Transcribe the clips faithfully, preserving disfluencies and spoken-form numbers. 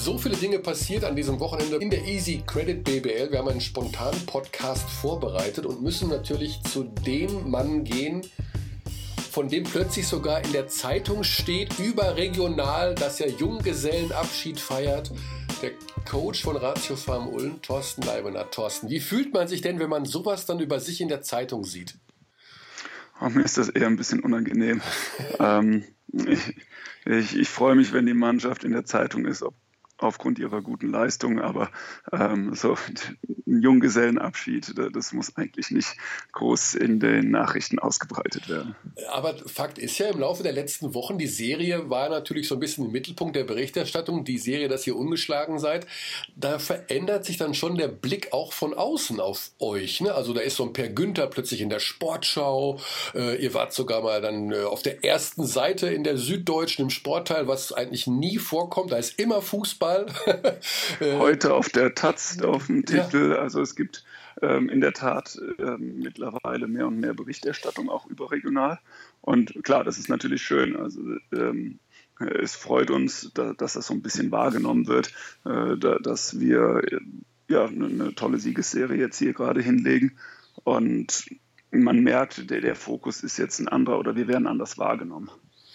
so viele Dinge passiert an diesem Wochenende in der Easy Credit B B L. Wir haben einen spontanen Podcast vorbereitet und müssen natürlich zu dem Mann gehen, von dem plötzlich sogar in der Zeitung steht, überregional, dass er Junggesellenabschied feiert. Der Coach von Ratio Farm Ulm, Thorsten Leibenath. Thorsten, wie fühlt man sich denn, wenn man sowas dann über sich in der Zeitung sieht? Oh, mir ist das eher ein bisschen unangenehm. ähm, ich, ich, ich freue mich, wenn die Mannschaft in der Zeitung ist, ob, aufgrund ihrer guten Leistung, aber ähm, so ein Junggesellenabschied, das muss eigentlich nicht groß in den Nachrichten ausgebreitet werden. Aber Fakt ist ja, im Laufe der letzten Wochen, die Serie war natürlich so ein bisschen im Mittelpunkt der Berichterstattung, die Serie, dass ihr ungeschlagen seid, da verändert sich dann schon der Blick auch von außen auf euch, ne? Also da ist so ein Per Günther plötzlich in der Sportschau, äh, ihr wart sogar mal dann äh, auf der ersten Seite in der Süddeutschen im Sportteil, was eigentlich nie vorkommt, da ist immer Fußball. Heute auf der Taz, auf dem Titel, ja. Also es gibt ähm, in der Tat ähm, mittlerweile mehr und mehr Berichterstattung, auch überregional. Und klar, das ist natürlich schön. Also ähm, es freut uns, da, dass das so ein bisschen wahrgenommen wird, äh, da, dass wir äh, ja, eine, eine tolle Siegesserie jetzt hier gerade hinlegen. Und man merkt, der, der Fokus ist jetzt ein anderer oder wir werden anders wahrgenommen.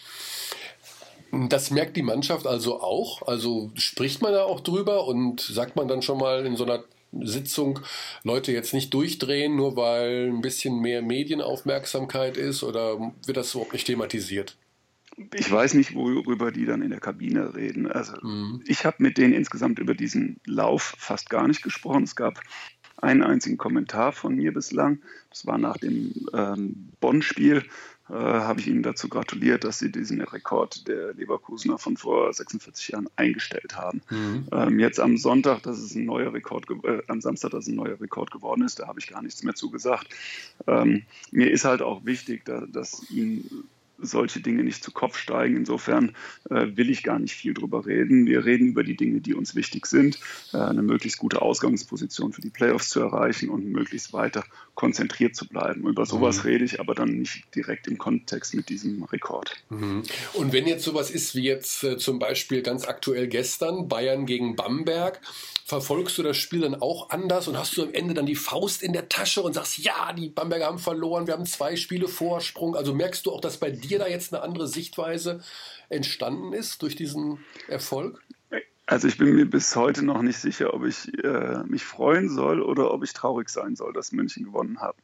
Das merkt die Mannschaft also auch? Also spricht man da auch drüber und sagt man dann schon mal in so einer Sitzung, Leute jetzt nicht durchdrehen, nur weil ein bisschen mehr Medienaufmerksamkeit ist, oder wird das überhaupt nicht thematisiert? Ich weiß nicht, worüber die dann in der Kabine reden. Also mhm. Ich habe mit denen insgesamt über diesen Lauf fast gar nicht gesprochen. Es gab einen einzigen Kommentar von mir bislang. Das war nach dem ähm, Bonn-Spiel. Äh, habe ich ihnen dazu gratuliert, dass sie diesen Rekord der Leverkusener von vor sechsundvierzig Jahren eingestellt haben. Mhm. Ähm, jetzt am Sonntag, dass es ein neuer Rekord, äh, am Samstag, dass es ein neuer Rekord geworden ist, da habe ich gar nichts mehr zugesagt. Ähm, mir ist halt auch wichtig, da, dass ihnen solche Dinge nicht zu Kopf steigen. Insofern äh, will ich gar nicht viel drüber reden. Wir reden über die Dinge, die uns wichtig sind, äh, eine möglichst gute Ausgangsposition für die Playoffs zu erreichen und möglichst weiter konzentriert zu bleiben. Über sowas mhm. rede ich, aber dann nicht direkt im Kontext mit diesem Rekord. Mhm. Und wenn jetzt sowas ist wie jetzt äh, zum Beispiel ganz aktuell gestern Bayern gegen Bamberg, verfolgst du das Spiel dann auch anders und hast du am Ende dann die Faust in der Tasche und sagst, ja, die Bamberger haben verloren, wir haben zwei Spiele Vorsprung. Also merkst du auch, dass bei dir da jetzt eine andere Sichtweise entstanden ist durch diesen Erfolg? Also ich bin mir bis heute noch nicht sicher, ob ich äh, mich freuen soll oder ob ich traurig sein soll, dass München gewonnen hat.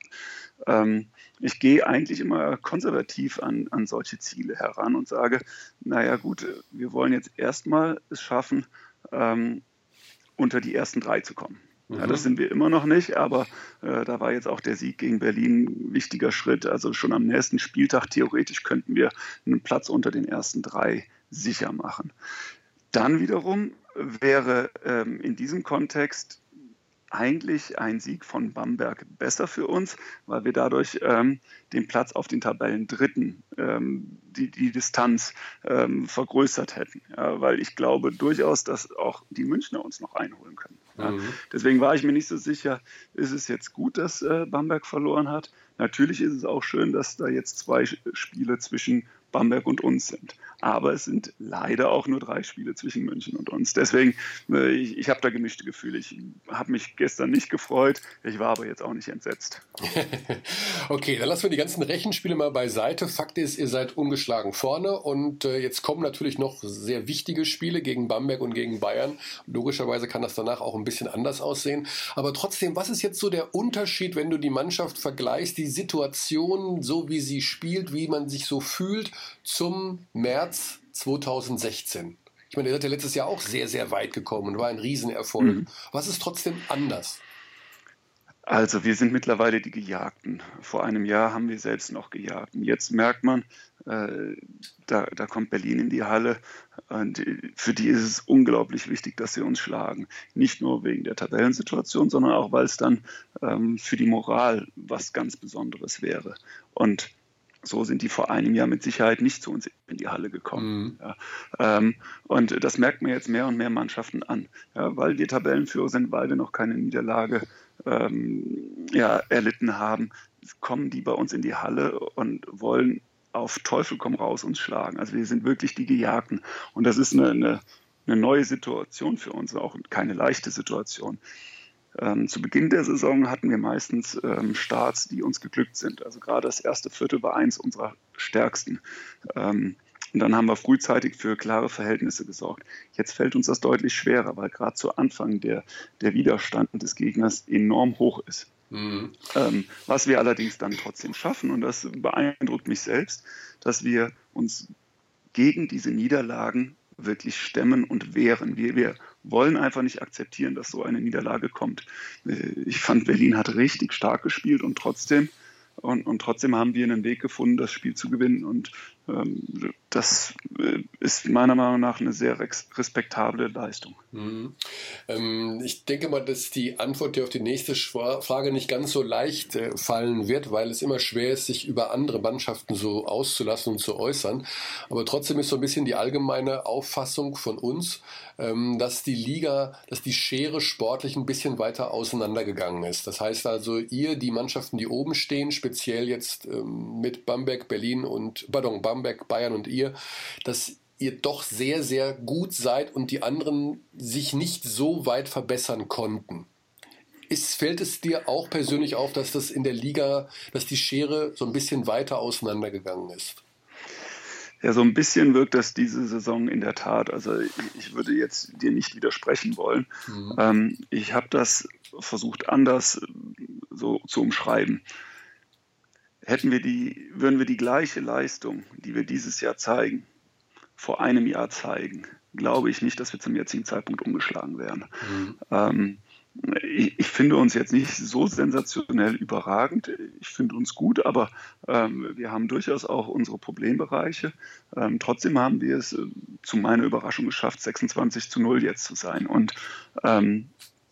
Ähm, ich gehe eigentlich immer konservativ an, an solche Ziele heran und sage, naja gut, wir wollen jetzt erstmal es schaffen, ähm, unter die ersten drei zu kommen. Ja, das sind wir immer noch nicht, aber äh, da war jetzt auch der Sieg gegen Berlin ein wichtiger Schritt. Also schon am nächsten Spieltag theoretisch könnten wir einen Platz unter den ersten drei sicher machen. Dann wiederum wäre ähm, in diesem Kontext eigentlich ein Sieg von Bamberg besser für uns, weil wir dadurch ähm, den Platz auf den Tabellendritten, ähm, die, die Distanz ähm, vergrößert hätten. Ja, weil ich glaube durchaus, dass auch die Münchner uns noch einholen können. Ja. Mhm. Deswegen war ich mir nicht so sicher, ist es jetzt gut, dass äh, Bamberg verloren hat? Natürlich ist es auch schön, dass da jetzt zwei Spiele zwischen Bamberg und uns sind. Aber es sind leider auch nur drei Spiele zwischen München und uns. Deswegen, äh, ich, ich habe da gemischte Gefühle. Ich habe mich gestern nicht gefreut, ich war aber jetzt auch nicht entsetzt. Okay, dann lassen wir die ganzen Rechenspiele mal beiseite. Fakt ist, ihr seid ungeschlagen vorne und äh, jetzt kommen natürlich noch sehr wichtige Spiele gegen Bamberg und gegen Bayern. Logischerweise kann das danach auch ein bisschen anders aussehen. Aber trotzdem, was ist jetzt so der Unterschied, wenn du die Mannschaft vergleichst, die Situation, so wie sie spielt, wie man sich so fühlt, zum März zweitausendsechzehn? Ich meine, ihr seid ja letztes Jahr auch sehr, sehr weit gekommen und war ein Riesenerfolg. Mhm. Was ist trotzdem anders? Also wir sind mittlerweile die Gejagten. Vor einem Jahr haben wir selbst noch gejagt. Und jetzt merkt man, äh, da, da kommt Berlin in die Halle. Und für die ist es unglaublich wichtig, dass sie uns schlagen. Nicht nur wegen der Tabellensituation, sondern auch, weil es dann ähm, für die Moral was ganz Besonderes wäre. Und so sind die vor einem Jahr mit Sicherheit nicht zu uns in die Halle gekommen. Mhm. Ja, ähm, und das merkt man jetzt mehr und mehr Mannschaften an, ja, weil wir Tabellenführer sind, weil wir noch keine Niederlage ähm, ja, erlitten haben, kommen die bei uns in die Halle und wollen auf Teufel komm raus uns schlagen. Also wir sind wirklich die Gejagten. Und das ist eine, eine eine neue Situation für uns, auch keine leichte Situation. Ähm, zu Beginn der Saison hatten wir meistens ähm, Starts, die uns geglückt sind. Also gerade das erste Viertel war eins unserer stärksten. Ähm, und dann haben wir frühzeitig für klare Verhältnisse gesorgt. Jetzt fällt uns das deutlich schwerer, weil gerade zu Anfang der, der Widerstand des Gegners enorm hoch ist. Mhm. Ähm, was wir allerdings dann trotzdem schaffen, und das beeindruckt mich selbst, dass wir uns gegen diese Niederlagen wirklich stemmen und wehren. Wir, wir wollen einfach nicht akzeptieren, dass so eine Niederlage kommt. Ich fand, Berlin hat richtig stark gespielt und trotzdem, und, und trotzdem haben wir einen Weg gefunden, das Spiel zu gewinnen. Und ähm, das ist meiner Meinung nach eine sehr respektable Leistung. Mhm. Ähm, ich denke mal, dass die Antwort dir auf die nächste Frage nicht ganz so leicht äh, fallen wird, weil es immer schwer ist, sich über andere Mannschaften so auszulassen und zu äußern. Aber trotzdem ist so ein bisschen die allgemeine Auffassung von uns, ähm, dass die Liga, dass die Schere sportlich ein bisschen weiter auseinandergegangen ist. Das heißt also, ihr, die Mannschaften, die oben stehen, speziell jetzt ähm, mit Bamberg, Berlin und, pardon, Bamberg, Bayern und ihr, dass ihr doch sehr, sehr gut seid und die anderen sich nicht so weit verbessern konnten. Ist, fällt es dir auch persönlich auf, dass das in der Liga, dass die Schere so ein bisschen weiter auseinandergegangen ist? Ja, so ein bisschen wirkt das diese Saison in der Tat. Also ich, ich würde jetzt dir nicht widersprechen wollen. Mhm. Ähm, ich habe das versucht anders so zu umschreiben. Hätten wir die, würden wir die gleiche Leistung, die wir dieses Jahr zeigen, vor einem Jahr zeigen, glaube ich nicht, dass wir zum jetzigen Zeitpunkt umgeschlagen wären. Mhm. Ähm, ich, ich finde uns jetzt nicht so sensationell überragend. Ich finde uns gut, aber ähm, wir haben durchaus auch unsere Problembereiche. Ähm, trotzdem haben wir es äh, zu meiner Überraschung geschafft, sechsundzwanzig zu null jetzt zu sein. Und ähm,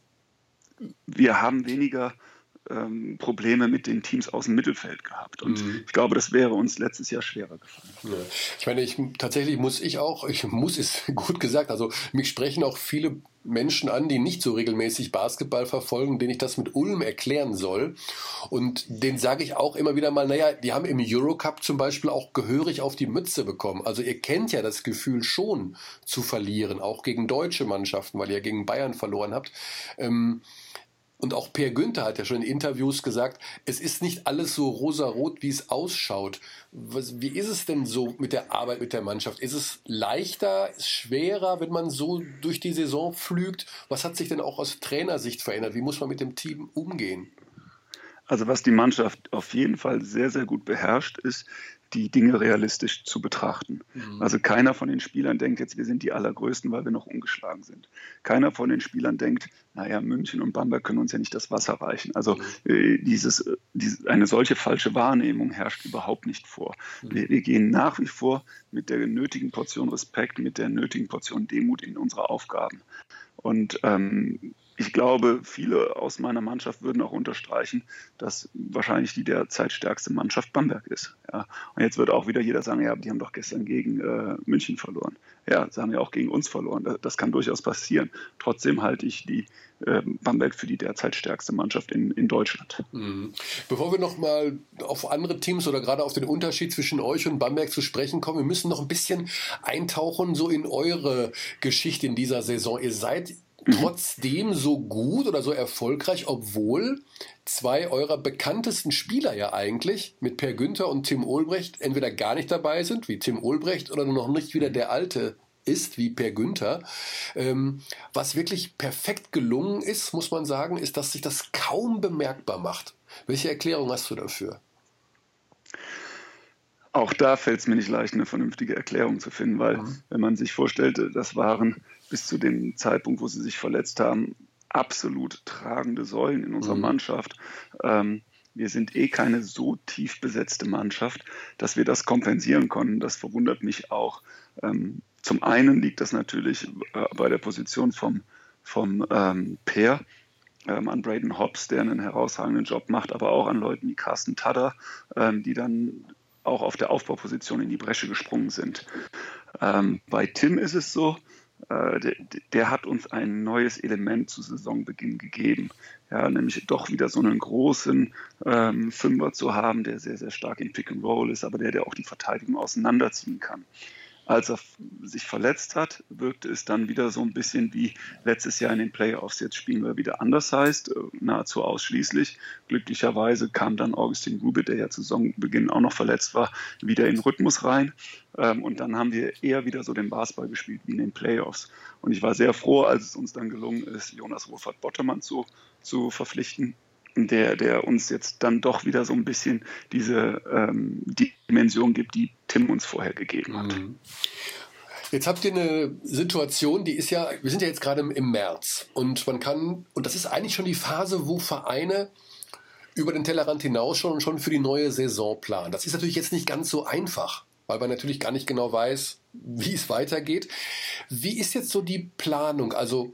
wir haben weniger Ähm, Probleme mit den Teams aus dem Mittelfeld gehabt. Und mhm. ich glaube, das wäre uns letztes Jahr schwerer gefallen. Ja. Ich meine, ich, tatsächlich muss ich auch, ich muss es gut gesagt, also mich sprechen auch viele Menschen an, die nicht so regelmäßig Basketball verfolgen, denen ich das mit Ulm erklären soll. Und denen sage ich auch immer wieder mal, naja, die haben im Eurocup zum Beispiel auch gehörig auf die Mütze bekommen. Also ihr kennt ja das Gefühl schon zu verlieren, auch gegen deutsche Mannschaften, weil ihr gegen Bayern verloren habt. Ähm, Und auch Per Günther hat ja schon in Interviews gesagt, es ist nicht alles so rosarot, wie es ausschaut. Was, wie ist es denn so mit der Arbeit mit der Mannschaft? Ist es leichter, ist es schwerer, wenn man so durch die Saison pflügt? Was hat sich denn auch aus Trainersicht verändert? Wie muss man mit dem Team umgehen? Also was die Mannschaft auf jeden Fall sehr, sehr gut beherrscht, ist, die Dinge realistisch zu betrachten. Mhm. Also keiner von den Spielern denkt jetzt, wir sind die Allergrößten, weil wir noch ungeschlagen sind. Keiner von den Spielern denkt, naja, München und Bamberg können uns ja nicht das Wasser reichen. Also mhm. äh, dieses, diese, eine solche falsche Wahrnehmung herrscht überhaupt nicht vor. Mhm. Wir, wir gehen nach wie vor mit der nötigen Portion Respekt, mit der nötigen Portion Demut in unsere Aufgaben. Und ähm, ich glaube, viele aus meiner Mannschaft würden auch unterstreichen, dass wahrscheinlich die derzeit stärkste Mannschaft Bamberg ist. Ja. Und jetzt wird auch wieder jeder sagen, ja, die haben doch gestern gegen äh, München verloren. Ja, sie haben ja auch gegen uns verloren. Das, das kann durchaus passieren. Trotzdem halte ich die äh, Bamberg für die derzeit stärkste Mannschaft in, in Deutschland. Mhm. Bevor wir nochmal auf andere Teams oder gerade auf den Unterschied zwischen euch und Bamberg zu sprechen kommen, wir müssen noch ein bisschen eintauchen so in eure Geschichte in dieser Saison. Ihr seid trotzdem so gut oder so erfolgreich, obwohl zwei eurer bekanntesten Spieler ja eigentlich mit Per Günther und Tim Olbrecht entweder gar nicht dabei sind, wie Tim Olbrecht, oder noch nicht wieder der Alte ist, wie Per Günther. Ähm, was wirklich perfekt gelungen ist, muss man sagen, ist, dass sich das kaum bemerkbar macht. Welche Erklärung hast du dafür? Auch da fällt es mir nicht leicht, eine vernünftige Erklärung zu finden, weil mhm. wenn man sich vorstellte, das waren bis zu dem Zeitpunkt, wo sie sich verletzt haben, absolut tragende Säulen in unserer mhm. Mannschaft. Ähm, wir sind eh keine so tief besetzte Mannschaft, dass wir das kompensieren konnten. Das verwundert mich auch. Ähm, zum einen liegt das natürlich äh, bei der Position vom, vom ähm, Per, ähm, an Braden Hobbs, der einen herausragenden Job macht, aber auch an Leuten wie Carsten Tadder, ähm, die dann auch auf der Aufbauposition in die Bresche gesprungen sind. Ähm, bei Tim ist es so, äh, der, der hat uns ein neues Element zu Saisonbeginn gegeben. Ja, nämlich doch wieder so einen großen ähm, Fünfer zu haben, der sehr, sehr stark in Pick and Roll ist, aber der, der auch die Verteidigung auseinanderziehen kann. Als er sich verletzt hat, wirkte es dann wieder so ein bisschen wie letztes Jahr in den Playoffs. Jetzt spielen wir wieder anders, heißt nahezu ausschließlich. Glücklicherweise kam dann Augustin Grube, der ja zu Saisonbeginn auch noch verletzt war, wieder in den Rhythmus rein. Und dann haben wir eher wieder so den Basketball gespielt wie in den Playoffs. Und ich war sehr froh, als es uns dann gelungen ist, Jonas Wohlfahrt-Bottermann zu, zu verpflichten. Der, der uns jetzt dann doch wieder so ein bisschen diese ähm, Dimension gibt, die Tim uns vorher gegeben hat. Jetzt habt ihr eine Situation, die ist ja, wir sind ja jetzt gerade im, im März und man kann, und das ist eigentlich schon die Phase, wo Vereine über den Tellerrand hinausschauen und schon für die neue Saison planen. Das ist natürlich jetzt nicht ganz so einfach, weil man natürlich gar nicht genau weiß, wie es weitergeht. Wie ist jetzt so die Planung? Also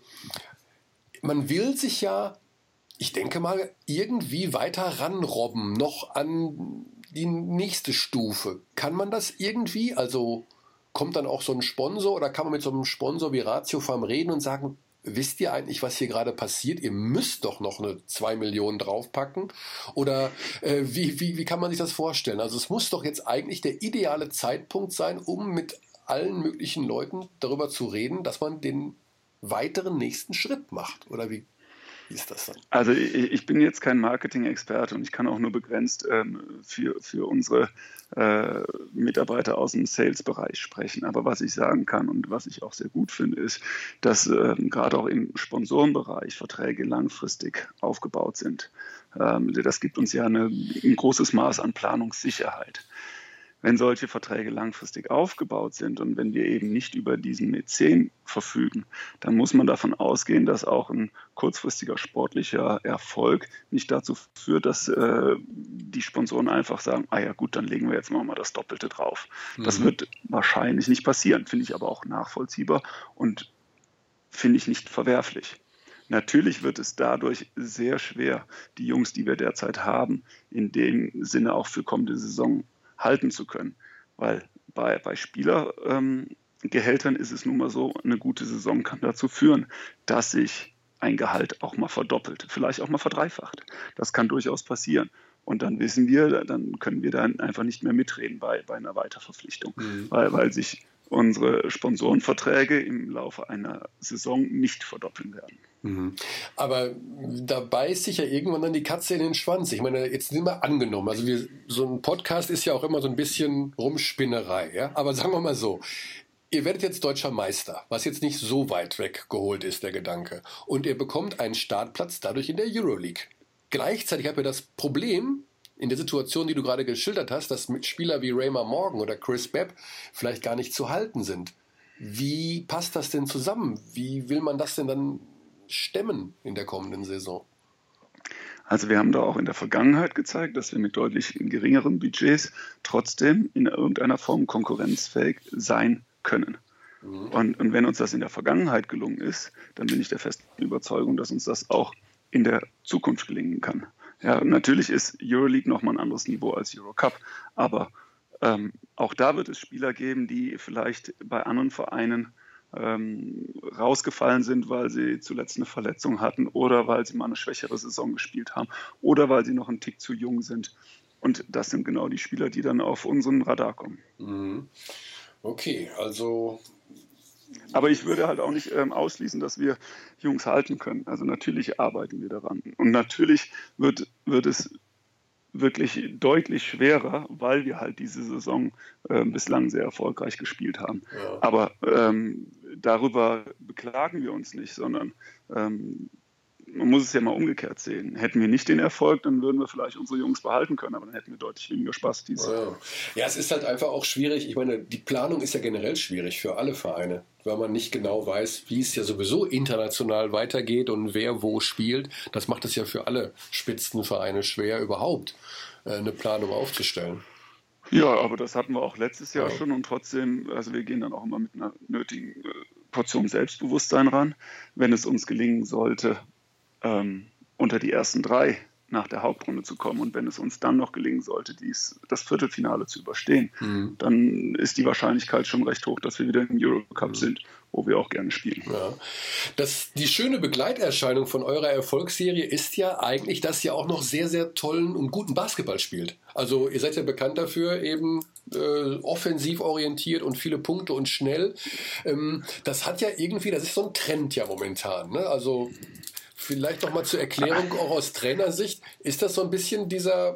man will sich ja, ich denke mal, irgendwie weiter ranrobben, noch an die nächste Stufe. Kann man das irgendwie? Also kommt dann auch so ein Sponsor oder kann man mit so einem Sponsor wie Ratio Farm reden und sagen, wisst ihr eigentlich, was hier gerade passiert? Ihr müsst doch noch eine zwei Millionen draufpacken. Oder äh, wie, wie, wie kann man sich das vorstellen? Also es muss doch jetzt eigentlich der ideale Zeitpunkt sein, um mit allen möglichen Leuten darüber zu reden, dass man den weiteren nächsten Schritt macht. Oder wie? Wie ist das dann? Also ich, ich bin jetzt kein Marketing-Experte und ich kann auch nur begrenzt ähm, für, für unsere äh, Mitarbeiter aus dem Sales-Bereich sprechen. Aber was ich sagen kann und was ich auch sehr gut finde, ist, dass ähm, gerade auch im Sponsorenbereich Verträge langfristig aufgebaut sind. Ähm, das gibt uns ja eine, ein großes Maß an Planungssicherheit. Wenn solche Verträge langfristig aufgebaut sind und wenn wir eben nicht über diesen Mäzen verfügen, dann muss man davon ausgehen, dass auch ein kurzfristiger sportlicher Erfolg nicht dazu führt, dass äh, die Sponsoren einfach sagen, ah ja gut, dann legen wir jetzt mal das Doppelte drauf. Mhm. Das wird wahrscheinlich nicht passieren, finde ich aber auch nachvollziehbar und finde ich nicht verwerflich. Natürlich wird es dadurch sehr schwer, die Jungs, die wir derzeit haben, in dem Sinne auch für kommende Saison halten zu können, weil bei, bei Spielergehältern ähm, ist es nun mal so, eine gute Saison kann dazu führen, dass sich ein Gehalt auch mal verdoppelt, vielleicht auch mal verdreifacht. Das kann durchaus passieren. Und dann wissen wir, dann können wir dann einfach nicht mehr mitreden bei, bei einer Weiterverpflichtung, mhm. weil, weil sich unsere Sponsorenverträge im Laufe einer Saison nicht verdoppeln werden. Mhm. Aber da beißt sich ja irgendwann dann die Katze in den Schwanz. Ich meine, jetzt sind wir angenommen, also wir, so ein Podcast ist ja auch immer so ein bisschen Rumspinnerei, ja? Aber sagen wir mal so, ihr werdet jetzt deutscher Meister, was jetzt nicht so weit weg geholt ist, der Gedanke. Und ihr bekommt einen Startplatz dadurch in der Euroleague. Gleichzeitig habt ihr das Problem, in der Situation, die du gerade geschildert hast, dass Spieler wie Raymar Morgan oder Chris Bepp vielleicht gar nicht zu halten sind. Wie passt das denn zusammen? Wie will man das denn dann stemmen in der kommenden Saison? Also wir haben da auch in der Vergangenheit gezeigt, dass wir mit deutlich geringeren Budgets trotzdem in irgendeiner Form konkurrenzfähig sein können. Mhm. Und, und wenn uns das in der Vergangenheit gelungen ist, dann bin ich der festen Überzeugung, dass uns das auch in der Zukunft gelingen kann. Ja, natürlich ist Euroleague nochmal ein anderes Niveau als Eurocup, aber ähm, auch da wird es Spieler geben, die vielleicht bei anderen Vereinen ähm, rausgefallen sind, weil sie zuletzt eine Verletzung hatten oder weil sie mal eine schwächere Saison gespielt haben oder weil sie noch einen Tick zu jung sind. Und das sind genau die Spieler, die dann auf unseren Radar kommen. Mhm. Okay, also... Aber ich würde halt auch nicht ähm, ausschließen, dass wir Jungs halten können. Also natürlich arbeiten wir daran. Und natürlich wird, wird es wirklich deutlich schwerer, weil wir halt diese Saison äh, bislang sehr erfolgreich gespielt haben. Ja. Aber ähm, darüber beklagen wir uns nicht, sondern ähm, man muss es ja mal umgekehrt sehen. Hätten wir nicht den Erfolg, dann würden wir vielleicht unsere Jungs behalten können, aber dann hätten wir deutlich weniger Spaß. Ja. ja, es ist halt einfach auch schwierig. Ich meine, die Planung ist ja generell schwierig für alle Vereine, weil man nicht genau weiß, wie es ja sowieso international weitergeht und wer wo spielt. Das macht es ja für alle Spitzenvereine schwer, überhaupt eine Planung aufzustellen. Ja, aber das hatten wir auch letztes Jahr ja. schon und trotzdem, also wir gehen dann auch immer mit einer nötigen Portion Selbstbewusstsein ran, wenn es uns gelingen sollte, Ähm, unter die ersten drei nach der Hauptrunde zu kommen. Und wenn es uns dann noch gelingen sollte, dies, das Viertelfinale zu überstehen, mhm. dann ist die Wahrscheinlichkeit schon recht hoch, dass wir wieder im Eurocup mhm. sind, wo wir auch gerne spielen. Ja. Das, die schöne Begleiterscheinung von eurer Erfolgsserie ist ja eigentlich, dass ihr auch noch sehr, sehr tollen und guten Basketball spielt. Also ihr seid ja bekannt dafür, eben äh, offensiv orientiert und viele Punkte und schnell. Ähm, das hat ja irgendwie, das ist so ein Trend ja momentan. Ne? Also vielleicht noch mal zur Erklärung, auch aus Trainersicht, ist das so ein bisschen dieser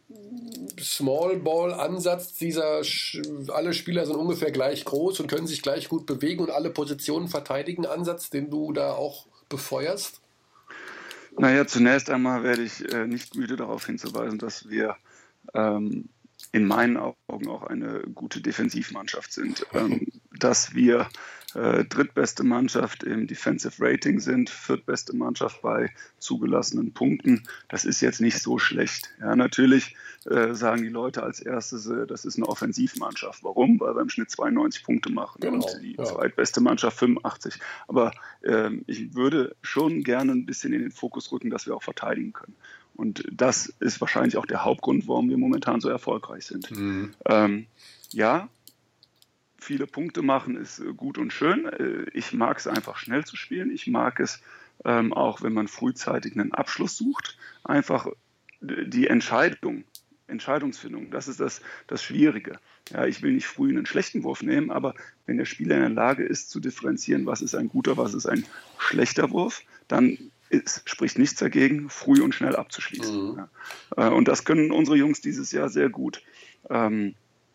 Small-Ball-Ansatz, dieser alle Spieler sind ungefähr gleich groß und können sich gleich gut bewegen und alle Positionen verteidigen Ansatz, den du da auch befeuerst? Naja, zunächst einmal werde ich äh, nicht müde darauf hinzuweisen, dass wir ähm, in meinen Augen auch eine gute Defensivmannschaft sind. Ähm, dass wir äh, drittbeste Mannschaft im Defensive Rating sind, viertbeste Mannschaft bei zugelassenen Punkten. Das ist jetzt nicht so schlecht. Ja, natürlich äh, sagen die Leute als erstes, äh, das ist eine Offensivmannschaft. Warum? Weil wir im Schnitt zweiundneunzig Punkte machen genau, und die ja. zweitbeste Mannschaft fünfundachtzig. Aber äh, ich würde schon gerne ein bisschen in den Fokus rücken, dass wir auch verteidigen können. Und das ist wahrscheinlich auch der Hauptgrund, warum wir momentan so erfolgreich sind. Mhm. Ähm, ja, viele Punkte machen ist gut und schön. Ich mag es einfach schnell zu spielen. Ich mag es ähm, auch, wenn man frühzeitig einen Abschluss sucht. Einfach die Entscheidung, Entscheidungsfindung, das ist das, das Schwierige. Ja, ich will nicht früh einen schlechten Wurf nehmen, aber wenn der Spieler in der Lage ist zu differenzieren, was ist ein guter, was ist ein schlechter Wurf, dann es spricht nichts dagegen, früh und schnell abzuschließen. Mhm. Ja. Und das können unsere Jungs dieses Jahr sehr gut. Ähm,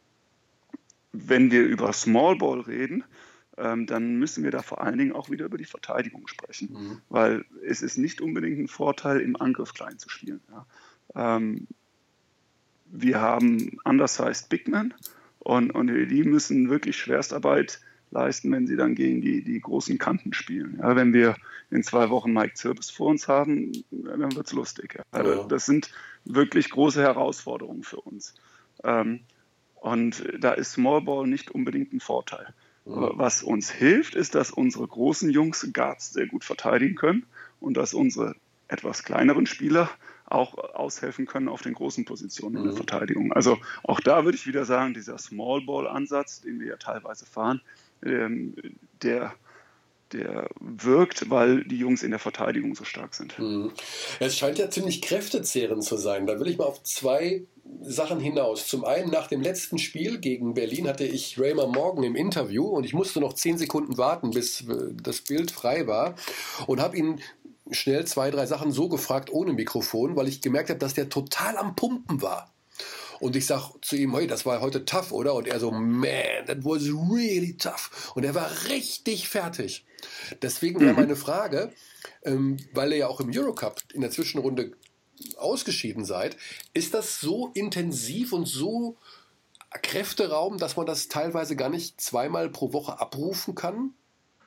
wenn wir über Small Ball reden, ähm, dann müssen wir da vor allen Dingen auch wieder über die Verteidigung sprechen. Mhm. Weil es ist nicht unbedingt ein Vorteil, im Angriff klein zu spielen. Ja. Ähm, wir haben undersized Big Men und, und die müssen wirklich Schwerstarbeit leisten, wenn sie dann gegen die, die großen Kanten spielen. Ja, wenn wir in zwei Wochen Mike Zirbis vor uns haben, dann wird es lustig. Ja. Also das sind wirklich große Herausforderungen für uns. Ähm, und da ist Small Ball nicht unbedingt ein Vorteil. Mhm. Was uns hilft, ist, dass unsere großen Jungs Guards sehr gut verteidigen können und dass unsere etwas kleineren Spieler auch aushelfen können auf den großen Positionen in der Verteidigung. Also auch da würde ich wieder sagen, dieser Small Ball Ansatz, den wir ja teilweise fahren, ähm, der, der wirkt, weil die Jungs in der Verteidigung so stark sind. Mhm. Es scheint ja ziemlich kräftezehrend zu sein. Da will ich mal auf zwei Sachen hinaus. Zum einen, nach dem letzten Spiel gegen Berlin hatte ich Raymer Morgan im Interview und ich musste noch zehn Sekunden warten, bis das Bild frei war und habe ihn schnell zwei, drei Sachen so gefragt ohne Mikrofon, weil ich gemerkt habe, dass der total am Pumpen war. Und ich sag zu ihm, hey, das war heute tough, oder? Und er so, man, that was really tough. Und er war richtig fertig. Deswegen wäre meine Frage, ähm, weil ihr ja auch im Eurocup in der Zwischenrunde ausgeschieden seid, ist das so intensiv und so kräfteraubend, dass man das teilweise gar nicht zweimal pro Woche abrufen kann?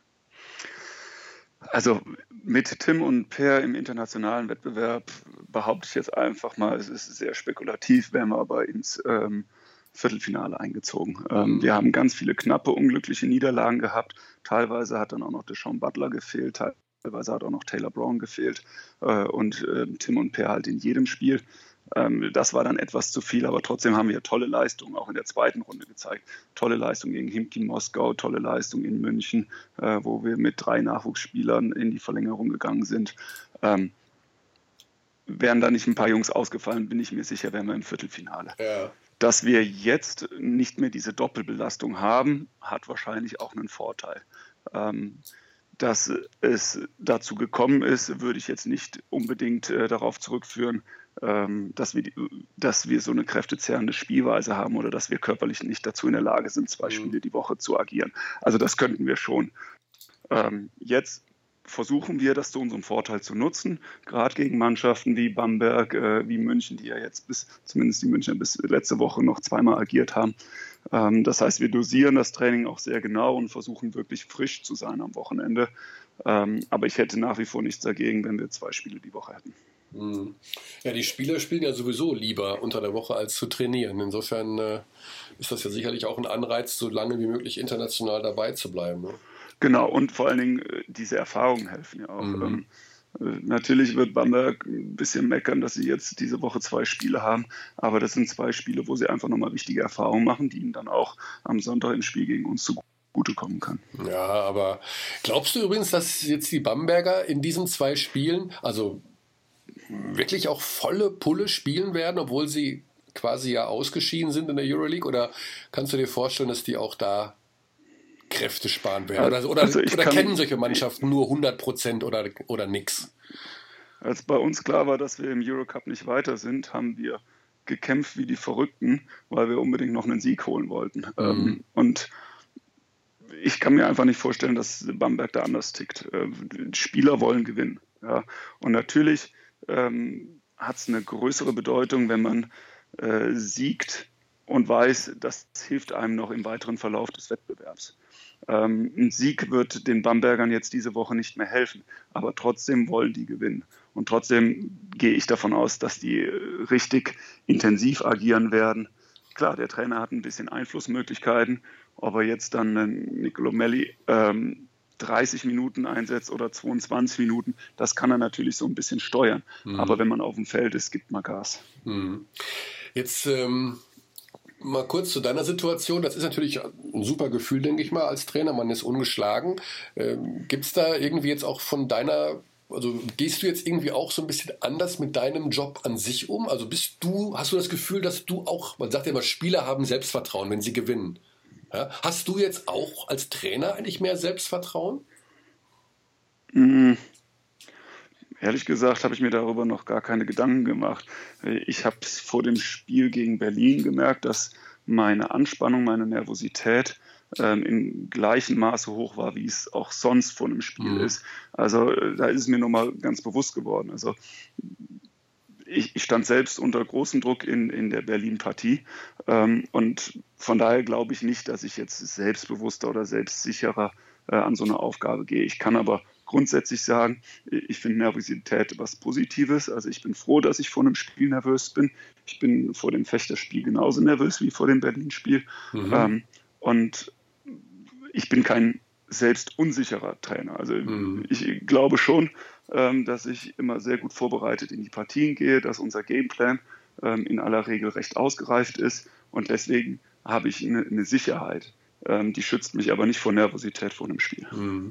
Also mit Tim und Per im internationalen Wettbewerb behaupte ich jetzt einfach mal, es ist sehr spekulativ, wären wir aber ins ähm, Viertelfinale eingezogen. Ähm, wir haben ganz viele knappe, unglückliche Niederlagen gehabt. Teilweise hat dann auch noch Deshaun Butler gefehlt, teilweise hat auch noch Taylor Brown gefehlt äh, und äh, Tim und Per halt in jedem Spiel. Ähm, das war dann etwas zu viel, aber trotzdem haben wir tolle Leistungen auch in der zweiten Runde gezeigt. Tolle Leistung gegen Chimki Moskau, tolle Leistung in München, äh, wo wir mit drei Nachwuchsspielern in die Verlängerung gegangen sind. Ähm, wären da nicht ein paar Jungs ausgefallen, bin ich mir sicher, wären wir im Viertelfinale. Ja. Dass wir jetzt nicht mehr diese Doppelbelastung haben, hat wahrscheinlich auch einen Vorteil. Ähm, dass es dazu gekommen ist, würde ich jetzt nicht unbedingt äh, darauf zurückführen, ähm, dass, wir die, dass wir so eine kräftezehrende Spielweise haben oder dass wir körperlich nicht dazu in der Lage sind, zwei mhm. Spiele die Woche zu agieren. Also das könnten wir schon. Ähm, jetzt versuchen wir, das zu unserem Vorteil zu nutzen, gerade gegen Mannschaften wie Bamberg, äh, wie München, die ja jetzt bis, zumindest die Münchner bis letzte Woche noch zweimal agiert haben. Ähm, das heißt, wir dosieren das Training auch sehr genau und versuchen wirklich frisch zu sein am Wochenende. Ähm, aber ich hätte nach wie vor nichts dagegen, wenn wir zwei Spiele die Woche hätten. Ja, die Spieler spielen ja sowieso lieber unter der Woche als zu trainieren. Insofern äh, ist das ja sicherlich auch ein Anreiz, so lange wie möglich international dabei zu bleiben. Ne? Genau, und vor allen Dingen äh, diese Erfahrungen helfen ja auch. Mhm. Ähm, äh, natürlich wird Bamberg ein bisschen meckern, dass sie jetzt diese Woche zwei Spiele haben, aber das sind zwei Spiele, wo sie einfach nochmal wichtige Erfahrungen machen, die ihnen dann auch am Sonntag im Spiel gegen uns zugutekommen kann. Ja, aber glaubst du übrigens, dass jetzt die Bamberger in diesen zwei Spielen, also wirklich auch volle Pulle spielen werden, obwohl sie quasi ja ausgeschieden sind in der Euroleague? Oder kannst du dir vorstellen, dass die auch da Kräfte sparen werden? Oder, oder, also oder kann, kennen solche Mannschaften nur hundert Prozent oder, oder nix? Als bei uns klar war, dass wir im Eurocup nicht weiter sind, haben wir gekämpft wie die Verrückten, weil wir unbedingt noch einen Sieg holen wollten. Mhm. Ähm, und ich kann mir einfach nicht vorstellen, dass Bamberg da anders tickt. Äh, Spieler wollen gewinnen. Ja. Und natürlich ähm, hat es eine größere Bedeutung, wenn man äh, siegt und weiß, das hilft einem noch im weiteren Verlauf des Wettbewerbs. Ähm, ein Sieg wird den Bambergern jetzt diese Woche nicht mehr helfen, aber trotzdem wollen die gewinnen. Und trotzdem gehe ich davon aus, dass die richtig intensiv agieren werden. Klar, der Trainer hat ein bisschen Einflussmöglichkeiten, ob er jetzt dann einen Niccolò Melli ähm, dreißig Minuten einsetzt oder zweiundzwanzig Minuten, das kann er natürlich so ein bisschen steuern. Mhm. Aber wenn man auf dem Feld ist, gibt man Gas. Mhm. Jetzt ähm, mal kurz zu deiner Situation. Das ist natürlich ein super Gefühl, denke ich mal, als Trainer. Man ist ungeschlagen. Ähm, gibt es da irgendwie jetzt auch von deiner, also gehst du jetzt irgendwie auch so ein bisschen anders mit deinem Job an sich um? Also bist du, hast du das Gefühl, dass du auch, man sagt ja immer, Spieler haben Selbstvertrauen, wenn sie gewinnen. Ja? Hast du jetzt auch als Trainer eigentlich mehr Selbstvertrauen? Mhm. Ehrlich gesagt habe ich mir darüber noch gar keine Gedanken gemacht. Ich habe es vor dem Spiel gegen Berlin gemerkt, dass meine Anspannung, meine Nervosität ähm, im gleichen Maße hoch war, wie es auch sonst vor einem Spiel mhm. ist. Also da ist es mir nochmal ganz bewusst geworden. Also ich, ich stand selbst unter großem Druck in, in der Berlin-Partie ähm, und von daher glaube ich nicht, dass ich jetzt selbstbewusster oder selbstsicherer äh, an so eine Aufgabe gehe. Ich kann aber grundsätzlich sagen, ich finde Nervosität was Positives. Also ich bin froh, dass ich vor einem Spiel nervös bin. Ich bin vor dem Fechterspiel genauso nervös wie vor dem Berlin-Spiel. Mhm. Ähm, und ich bin kein selbst unsicherer Trainer. Also mhm. ich glaube schon, ähm, dass ich immer sehr gut vorbereitet in die Partien gehe, dass unser Gameplan ähm, in aller Regel recht ausgereift ist. Und deswegen habe ich eine, eine Sicherheit. Die schützt mich aber nicht vor Nervosität vor einem Spiel.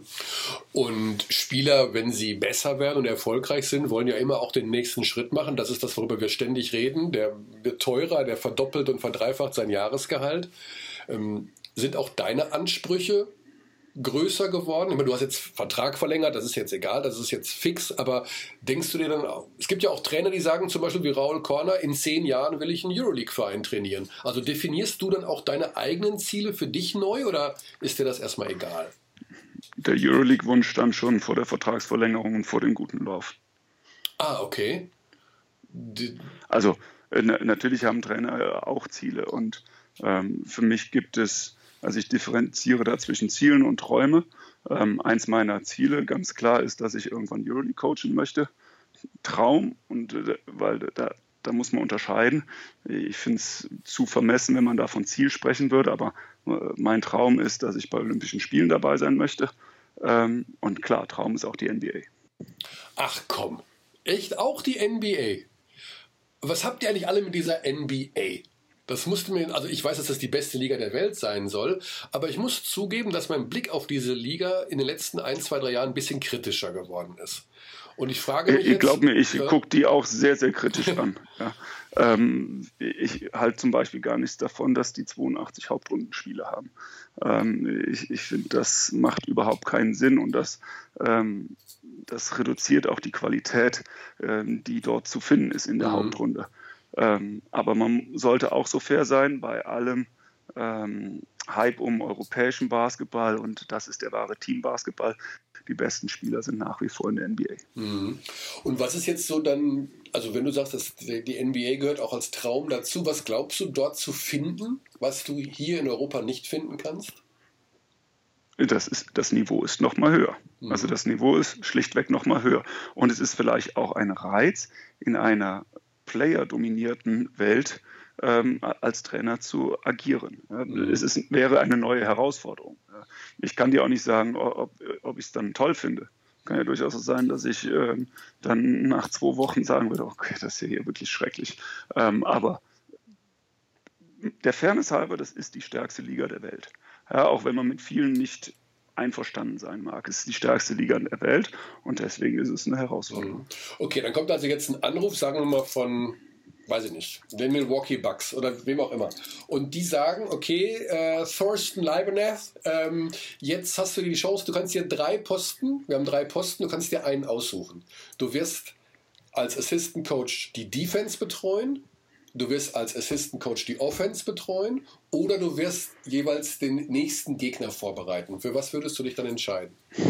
Und Spieler, wenn sie besser werden und erfolgreich sind, wollen ja immer auch den nächsten Schritt machen. Das ist das, worüber wir ständig reden. Der wird teurer, der verdoppelt und verdreifacht sein Jahresgehalt. Ähm, sind auch deine Ansprüche größer geworden? Ich meine, du hast jetzt Vertrag verlängert, das ist jetzt egal, das ist jetzt fix, aber denkst du dir dann auch, es gibt ja auch Trainer, die sagen zum Beispiel wie Raul Korner, in zehn Jahren will ich einen Euroleague-Verein trainieren. Also definierst du dann auch deine eigenen Ziele für dich neu oder ist dir das erstmal egal? Der Euroleague-Wunsch stand schon vor der Vertragsverlängerung und vor dem guten Lauf. Ah, okay. Die also äh, natürlich haben Trainer auch Ziele und ähm, für mich gibt es Also ich differenziere da zwischen Zielen und Träume. Ähm, eins meiner Ziele, ganz klar, ist, dass ich irgendwann Euroleague coachen möchte. Traum, und äh, weil da, da muss man unterscheiden. Ich finde es zu vermessen, wenn man da von Ziel sprechen würde, aber äh, mein Traum ist, dass ich bei Olympischen Spielen dabei sein möchte. Ähm, und klar, Traum ist auch die N B A. Ach komm, echt auch die N B A? Was habt ihr eigentlich alle mit dieser N B A? Das musste mir, also ich weiß, dass das die beste Liga der Welt sein soll, aber ich muss zugeben, dass mein Blick auf diese Liga in den letzten ein, zwei, drei Jahren ein bisschen kritischer geworden ist. Und ich frage mich ich jetzt... Glaub mir, ich äh, gucke die auch sehr, sehr kritisch an. Ja. Ähm, ich halte zum Beispiel gar nichts davon, dass die zweiundachtzig Hauptrundenspiele haben. Ähm, ich ich finde, das macht überhaupt keinen Sinn und das, ähm, das reduziert auch die Qualität, ähm, die dort zu finden ist in der mhm. Hauptrunde. Ähm, aber man sollte auch so fair sein bei allem ähm, Hype um europäischen Basketball und das ist der wahre Teambasketball. Die besten Spieler sind nach wie vor in der N B A. Mhm. Und was ist jetzt so dann, also wenn du sagst, dass die N B A gehört auch als Traum dazu, was glaubst du dort zu finden, was du hier in Europa nicht finden kannst? Das, ist, das Niveau ist noch mal höher. Mhm. Also das Niveau ist schlichtweg noch mal höher. Und es ist vielleicht auch ein Reiz in einer player-dominierten Welt ähm, als Trainer zu agieren. Ja, mhm. Es ist, wäre eine neue Herausforderung. Ja. Ich kann dir auch nicht sagen, ob, ob ich es dann toll finde. Kann ja durchaus so sein, dass ich ähm, dann nach zwei Wochen sagen würde, okay, das ist ja hier wirklich schrecklich. Ähm, aber der Fairness halber, das ist die stärkste Liga der Welt. Ja, auch wenn man mit vielen nicht einverstanden sein mag. Es ist die stärkste Liga der Welt und deswegen ist es eine Herausforderung. Okay, dann kommt also jetzt ein Anruf, sagen wir mal von weiß ich nicht, den Milwaukee Bucks oder wem auch immer. Und die sagen, okay, äh, Thorsten Leibniz, ähm, jetzt hast du die Chance, du kannst dir drei Posten, wir haben drei Posten, du kannst dir einen aussuchen. Du wirst als Assistant Coach die Defense betreuen, du wirst als Assistant Coach die Offense betreuen oder du wirst jeweils den nächsten Gegner vorbereiten. Für was würdest du dich dann entscheiden?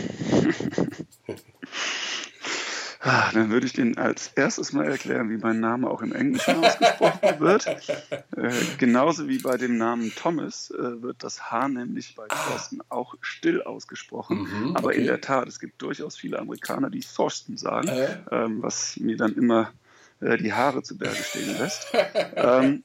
Ah, dann würde ich den als erstes mal erklären, wie mein Name auch im Englischen ausgesprochen wird. Äh, genauso wie bei dem Namen Thomas äh, wird das H nämlich bei Thorsten ah. auch still ausgesprochen. Mhm, Aber okay. in der Tat, es gibt durchaus viele Amerikaner, die Thorsten sagen, äh? ähm, was mir dann immer äh, die Haare zu Berge stehen lässt. ähm,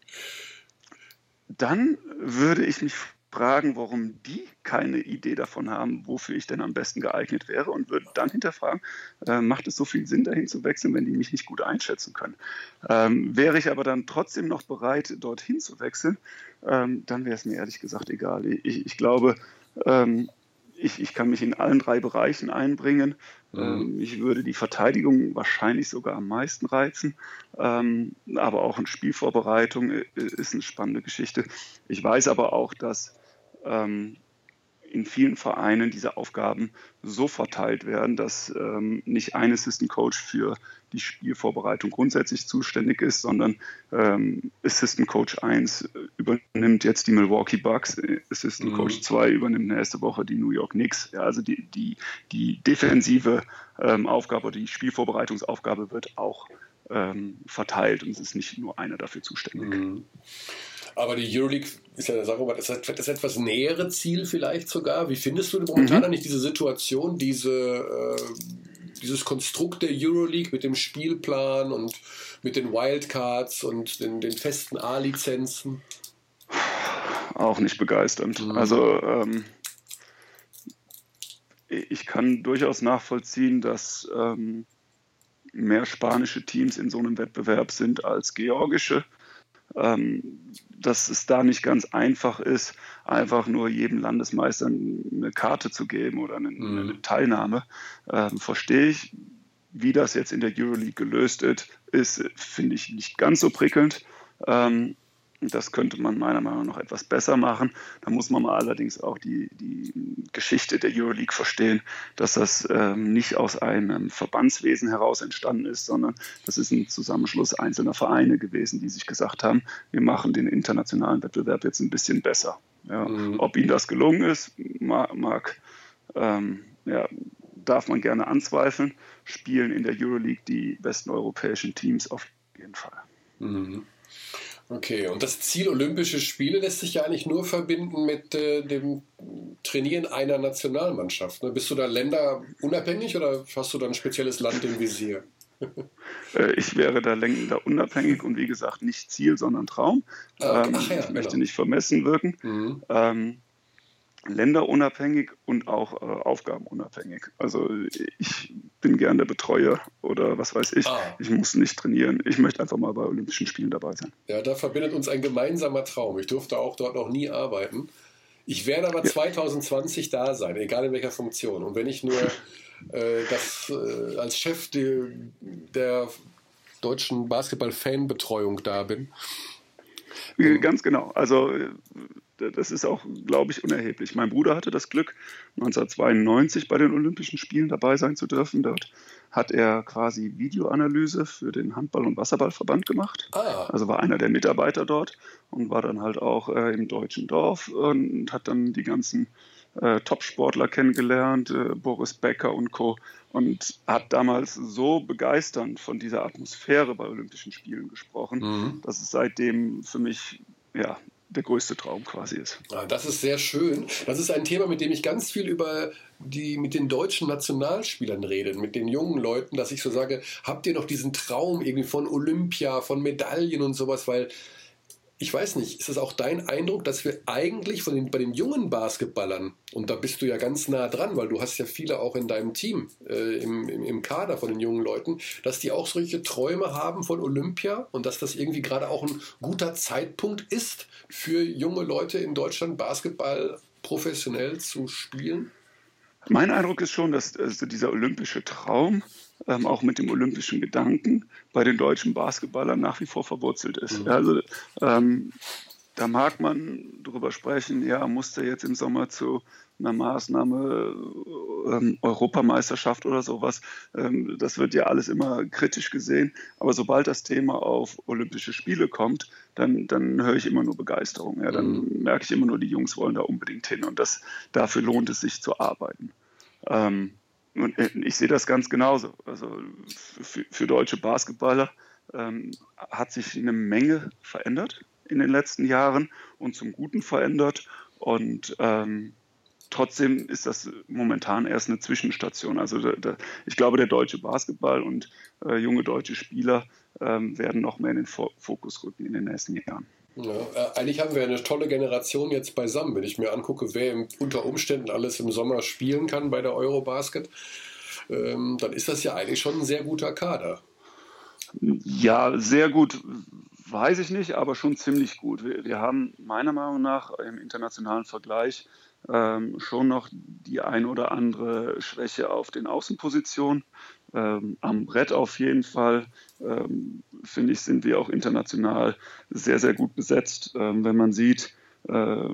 dann würde ich mich fragen, warum die keine Idee davon haben, wofür ich denn am besten geeignet wäre und würde dann hinterfragen, äh, macht es so viel Sinn, dahin zu wechseln, wenn die mich nicht gut einschätzen können. Ähm, wäre ich aber dann trotzdem noch bereit, dorthin zu wechseln, ähm, dann wäre es mir ehrlich gesagt egal. Ich, ich glaube, ähm, ich, ich kann mich in allen drei Bereichen einbringen. Mhm. Ähm, ich würde die Verteidigung wahrscheinlich sogar am meisten reizen, ähm, aber auch eine Spielvorbereitung ist eine spannende Geschichte. Ich weiß aber auch, dass ähm, in vielen Vereinen diese Aufgaben so verteilt werden, dass ähm, nicht ein Assistant Coach für die Spielvorbereitung grundsätzlich zuständig ist, sondern ähm, Assistant Coach eins übernimmt jetzt die Milwaukee Bucks, Assistant mhm. Coach zwei übernimmt nächste Woche die New York Knicks. Ja, also die, die, die defensive ähm, Aufgabe oder die Spielvorbereitungsaufgabe wird auch ähm, verteilt und es ist nicht nur einer dafür zuständig. Mhm. Aber die Euroleague ist ja, sagen wir mal, das ist das etwas nähere Ziel vielleicht sogar. Wie findest du momentan mhm. eigentlich diese Situation, diese, äh, dieses Konstrukt der Euroleague mit dem Spielplan und mit den Wildcards und den, den festen A-Lizenzen? Auch nicht begeisternd. Mhm. Also ähm, ich kann durchaus nachvollziehen, dass ähm, mehr spanische Teams in so einem Wettbewerb sind als georgische. Dass es da nicht ganz einfach ist, einfach nur jedem Landesmeister eine Karte zu geben oder eine, mhm. eine Teilnahme, ähm, verstehe ich. Wie das jetzt in der Euroleague gelöst ist, ist finde ich nicht ganz so prickelnd. Ähm, das könnte man meiner Meinung nach noch etwas besser machen. Da muss man mal allerdings auch die, die Geschichte der Euroleague verstehen, dass das ähm, nicht aus einem Verbandswesen heraus entstanden ist, sondern das ist ein Zusammenschluss einzelner Vereine gewesen, die sich gesagt haben, wir machen den internationalen Wettbewerb jetzt ein bisschen besser. Ja, mhm. Ob ihnen das gelungen ist, mag, mag ähm, ja, darf man gerne anzweifeln. Spielen in der Euroleague die besten europäischen Teams auf jeden Fall. Mhm. Okay, und das Ziel Olympische Spiele lässt sich ja eigentlich nur verbinden mit äh, dem Trainieren einer Nationalmannschaft. Ne? Bist du da länderunabhängig oder hast du da ein spezielles Land im Visier? äh, ich wäre da länderunabhängig und wie gesagt nicht Ziel, sondern Traum. Ah, okay. ähm, Ach ja, ich möchte genau. nicht vermessen wirken. Mhm. Ähm, länderunabhängig und auch äh, aufgabenunabhängig. Also ich bin gern der Betreuer oder was weiß ich. Ah. Ich muss nicht trainieren. Ich möchte einfach mal bei Olympischen Spielen dabei sein. Ja, da verbindet uns ein gemeinsamer Traum. Ich durfte auch dort noch nie arbeiten. Ich werde aber ja. zwanzig zwanzig da sein, egal in welcher Funktion. Und wenn ich nur äh, das äh, als Chef de, der deutschen Basketball-Fanbetreuung da bin. Ganz genau. Also das ist auch, glaube ich, unerheblich. Mein Bruder hatte das Glück, neunzehnhundertzweiundneunzig bei den Olympischen Spielen dabei sein zu dürfen. Dort hat er quasi Videoanalyse für den Handball- und Wasserballverband gemacht. Ah. Also war einer der Mitarbeiter dort und war dann halt auch äh, im deutschen Dorf und hat dann die ganzen äh, Top-Sportler kennengelernt, äh, Boris Becker und Co. Und hat damals so begeisternd von dieser Atmosphäre bei Olympischen Spielen gesprochen, mhm. dass es seitdem für mich, ja, der größte Traum quasi ist. Ah, das ist sehr schön. Das ist ein Thema, mit dem ich ganz viel über die mit den deutschen Nationalspielern rede, mit den jungen Leuten, dass ich so sage, habt ihr noch diesen Traum irgendwie von Olympia, von Medaillen und sowas, weil ich weiß nicht, ist es auch dein Eindruck, dass wir eigentlich von den, bei den jungen Basketballern, und da bist du ja ganz nah dran, weil du hast ja viele auch in deinem Team, äh, im, im, im Kader von den jungen Leuten, dass die auch solche Träume haben von Olympia und dass das irgendwie gerade auch ein guter Zeitpunkt ist, für junge Leute in Deutschland Basketball professionell zu spielen? Mein Eindruck ist schon, dass also dieser olympische Traum, ähm, auch mit dem olympischen Gedanken, bei den deutschen Basketballern nach wie vor verwurzelt ist. Mhm. Also ähm, da mag man drüber sprechen, ja, musste jetzt im Sommer zu einer Maßnahme ähm, Europameisterschaft oder sowas. Ähm, das wird ja alles immer kritisch gesehen. Aber sobald das Thema auf Olympische Spiele kommt, dann, dann höre ich immer nur Begeisterung. Ja, dann Mhm. merke ich immer nur, die Jungs wollen da unbedingt hin und das, dafür lohnt es sich zu arbeiten. Ähm, und ich sehe das ganz genauso. Also für, für deutsche Basketballer ähm, hat sich eine Menge verändert in den letzten Jahren und zum Guten verändert. Und ähm, trotzdem ist das momentan erst eine Zwischenstation. Also da, da, ich glaube, der deutsche Basketball und äh, junge deutsche Spieler ähm, werden noch mehr in den Fokus rücken in den nächsten Jahren. Ja, äh, eigentlich haben wir eine tolle Generation jetzt beisammen, wenn ich mir angucke, wer im, unter Umständen alles im Sommer spielen kann bei der Eurobasket, ähm, dann ist das ja eigentlich schon ein sehr guter Kader. Ja, sehr gut, weiß ich nicht, aber schon ziemlich gut. Wir, wir haben meiner Meinung nach im internationalen Vergleich ähm, schon noch die ein oder andere Schwäche auf den Außenpositionen. Ähm, am Brett auf jeden Fall, ähm, finde ich, sind wir auch international sehr, sehr gut besetzt. Ähm, wenn man sieht, äh,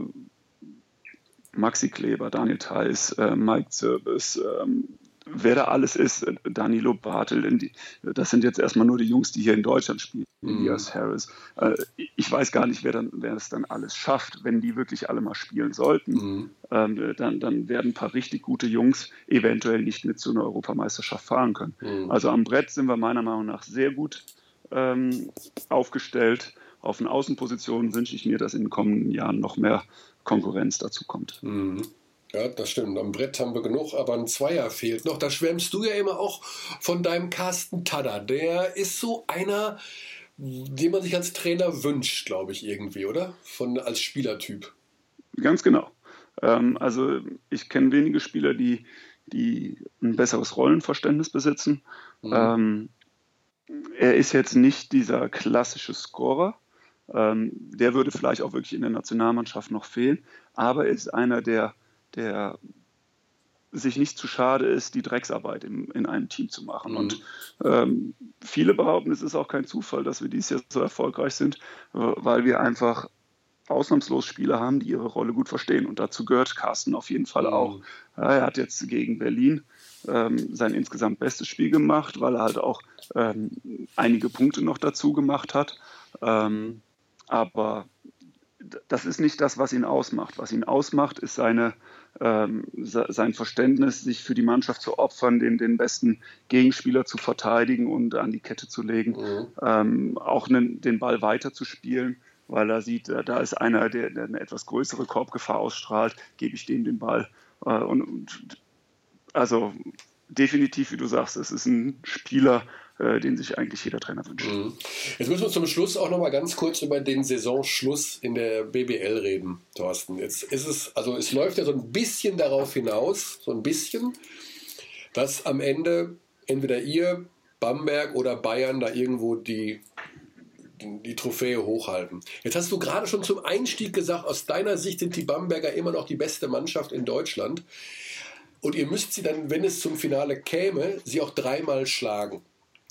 Maxi Kleber, Daniel Theiss, äh, Mike Zirbis, ähm, wer da alles ist, Danilo Bartel, das sind jetzt erstmal nur die Jungs, die hier in Deutschland spielen, Elias Harris. Äh, ich weiß gar nicht, wer, dann, wer das dann alles schafft, wenn die wirklich alle mal spielen sollten. Mhm. Ähm, dann, dann werden ein paar richtig gute Jungs eventuell nicht mit zu einer Europameisterschaft fahren können. Mhm. Also am Brett sind wir meiner Meinung nach sehr gut ähm, aufgestellt. Auf den Außenpositionen wünsche ich mir, dass in den kommenden Jahren noch mehr Konkurrenz dazu kommt. Mhm. Ja, das stimmt. Am Brett haben wir genug, aber ein Zweier fehlt noch. Da schwärmst du ja immer auch von deinem Carsten Tadder. Der ist so einer, den man sich als Trainer wünscht, glaube ich, irgendwie, oder? Von, als Spielertyp. Ganz genau. Ähm, also ich kenne wenige Spieler, die, die ein besseres Rollenverständnis besitzen. Mhm. Ähm, er ist jetzt nicht dieser klassische Scorer. Ähm, der würde vielleicht auch wirklich in der Nationalmannschaft noch fehlen. Aber er ist einer, der der sich nicht zu schade ist, die Drecksarbeit in, in einem Team zu machen. Mhm. Und ähm, viele behaupten, es ist auch kein Zufall, dass wir dieses Jahr so erfolgreich sind, äh, weil wir einfach ausnahmslos Spieler haben, die ihre Rolle gut verstehen. Und dazu gehört Carsten auf jeden Fall mhm. auch. Ja, er hat jetzt gegen Berlin ähm, sein insgesamt bestes Spiel gemacht, weil er halt auch ähm, einige Punkte noch dazu gemacht hat. Ähm, aber das ist nicht das, was ihn ausmacht. Was ihn ausmacht, ist seine, ähm, sein Verständnis, sich für die Mannschaft zu opfern, den, den besten Gegenspieler zu verteidigen und an die Kette zu legen, mhm. ähm, auch einen, den Ball weiterzuspielen, weil er sieht, da ist einer, der, der eine etwas größere Korbgefahr ausstrahlt, gebe ich dem den Ball. Äh, und, und also definitiv, wie du sagst, es ist ein Spieler, äh, den sich eigentlich jeder Trainer wünscht. Mhm. Jetzt müssen wir zum Schluss auch noch mal ganz kurz über den Saisonschluss in der B B L reden, Thorsten. Jetzt ist es, also es läuft ja so ein bisschen darauf hinaus, so ein bisschen, dass am Ende entweder ihr, Bamberg oder Bayern da irgendwo die, die, die Trophäe hochhalten. Jetzt hast du gerade schon zum Einstieg gesagt, aus deiner Sicht sind die Bamberger immer noch die beste Mannschaft in Deutschland. Und ihr müsst sie dann, wenn es zum Finale käme, sie auch dreimal schlagen.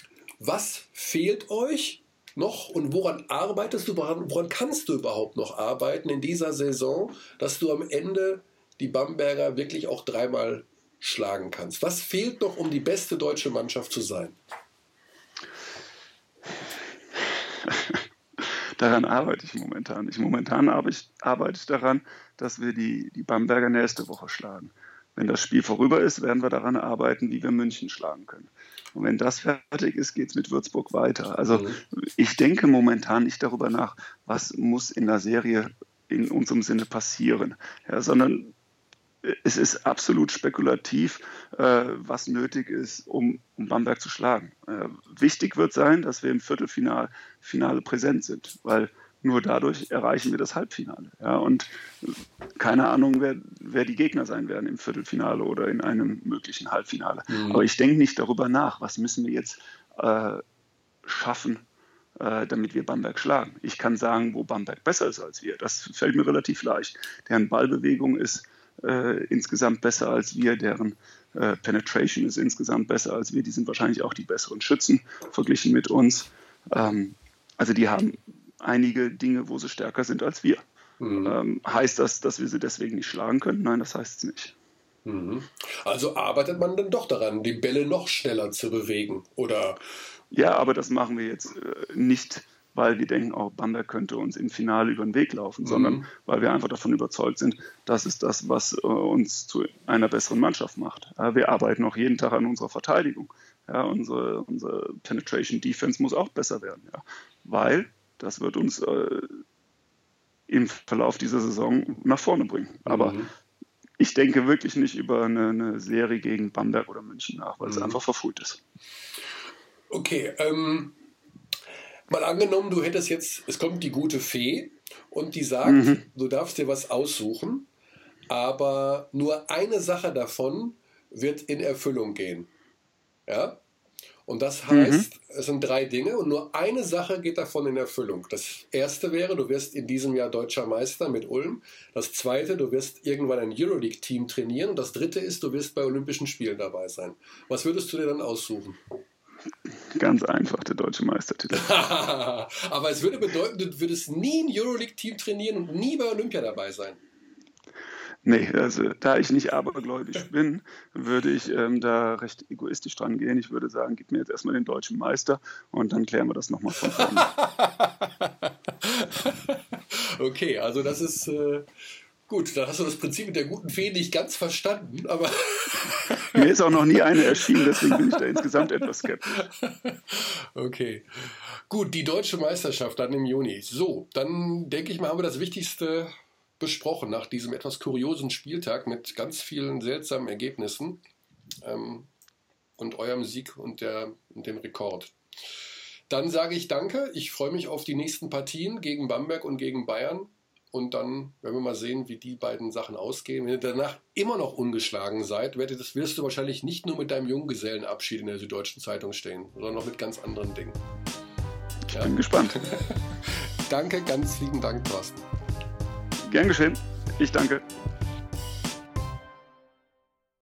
Was fehlt euch noch und woran arbeitest du, woran, woran kannst du überhaupt noch arbeiten in dieser Saison, dass du am Ende die Bamberger wirklich auch dreimal schlagen kannst? Was fehlt noch, um die beste deutsche Mannschaft zu sein? Daran arbeite ich momentan. Ich momentan arbeite ich, arbeite ich daran, dass wir die, die Bamberger nächste Woche schlagen. Wenn das Spiel vorüber ist, werden wir daran arbeiten, wie wir München schlagen können. Und wenn das fertig ist, geht es mit Würzburg weiter. Also mhm. ich denke momentan nicht darüber nach, was muss in der Serie in unserem Sinne passieren, ja, sondern es ist absolut spekulativ, äh, was nötig ist, um, um Bamberg zu schlagen. Äh, wichtig wird sein, dass wir im Viertelfinale Finale präsent sind, weil nur dadurch erreichen wir das Halbfinale. Ja, und keine Ahnung, wer, wer die Gegner sein werden im Viertelfinale oder in einem möglichen Halbfinale. Mhm. Aber ich denke nicht darüber nach, was müssen wir jetzt äh, schaffen, äh, damit wir Bamberg schlagen. Ich kann sagen, wo Bamberg besser ist als wir. Das fällt mir relativ leicht. Deren Ballbewegung ist äh, insgesamt besser als wir, deren äh, Penetration ist insgesamt besser als wir. Die sind wahrscheinlich auch die besseren Schützen verglichen mit uns. Ähm, also die haben einige Dinge, wo sie stärker sind als wir. Mhm. Ähm, heißt das, dass wir sie deswegen nicht schlagen können? Nein, das heißt es nicht. Mhm. Also arbeitet man dann doch daran, die Bälle noch schneller zu bewegen, oder? Ja, aber das machen wir jetzt äh, nicht, weil wir denken, oh, Bamberg könnte uns im Finale über den Weg laufen, mhm. sondern weil wir einfach davon überzeugt sind, das ist das, was äh, uns zu einer besseren Mannschaft macht. Ja, wir arbeiten auch jeden Tag an unserer Verteidigung. Ja, unsere, unsere Penetration Defense muss auch besser werden, ja, weil das wird uns äh, im Verlauf dieser Saison nach vorne bringen. Aber mhm. ich denke wirklich nicht über eine, eine Serie gegen Bamberg oder München nach, weil mhm. es einfach verfrüht ist. Okay, ähm, mal angenommen, du hättest jetzt, es kommt die gute Fee und die sagt, mhm. du darfst dir was aussuchen, aber nur eine Sache davon wird in Erfüllung gehen. Ja? Und das heißt, mhm. es sind drei Dinge und nur eine Sache geht davon in Erfüllung. Das erste wäre, du wirst in diesem Jahr Deutscher Meister mit Ulm. Das zweite, du wirst irgendwann ein Euroleague-Team trainieren. Und das dritte ist, du wirst bei Olympischen Spielen dabei sein. Was würdest du dir dann aussuchen? Ganz einfach, der Deutsche Meistertitel. Aber es würde bedeuten, du würdest nie ein Euroleague-Team trainieren und nie bei Olympia dabei sein. Nee, also da ich nicht abergläubisch bin, würde ich ähm, da recht egoistisch dran gehen. Ich würde sagen, gib mir jetzt erstmal den Deutschen Meister und dann klären wir das nochmal von vorne. Okay, also das ist äh, gut. Da hast du das Prinzip mit der guten Fee nicht ganz verstanden, aber mir ist auch noch nie eine erschienen, deswegen bin ich da insgesamt etwas skeptisch. Okay, gut, die Deutsche Meisterschaft dann im Juni. So, dann denke ich mal, haben wir das Wichtigste besprochen nach diesem etwas kuriosen Spieltag mit ganz vielen seltsamen Ergebnissen ähm, und eurem Sieg und, der, und dem Rekord. Dann sage ich danke. Ich freue mich auf die nächsten Partien gegen Bamberg und gegen Bayern. Und dann werden wir mal sehen, wie die beiden Sachen ausgehen. Wenn ihr danach immer noch ungeschlagen seid, werdet das, wirst du wahrscheinlich nicht nur mit deinem Junggesellenabschied in der Süddeutschen Zeitung stehen, sondern noch mit ganz anderen Dingen. Ich ja. bin gespannt. Danke, ganz lieben Dank, Thorsten. Gern geschehen. Ich danke.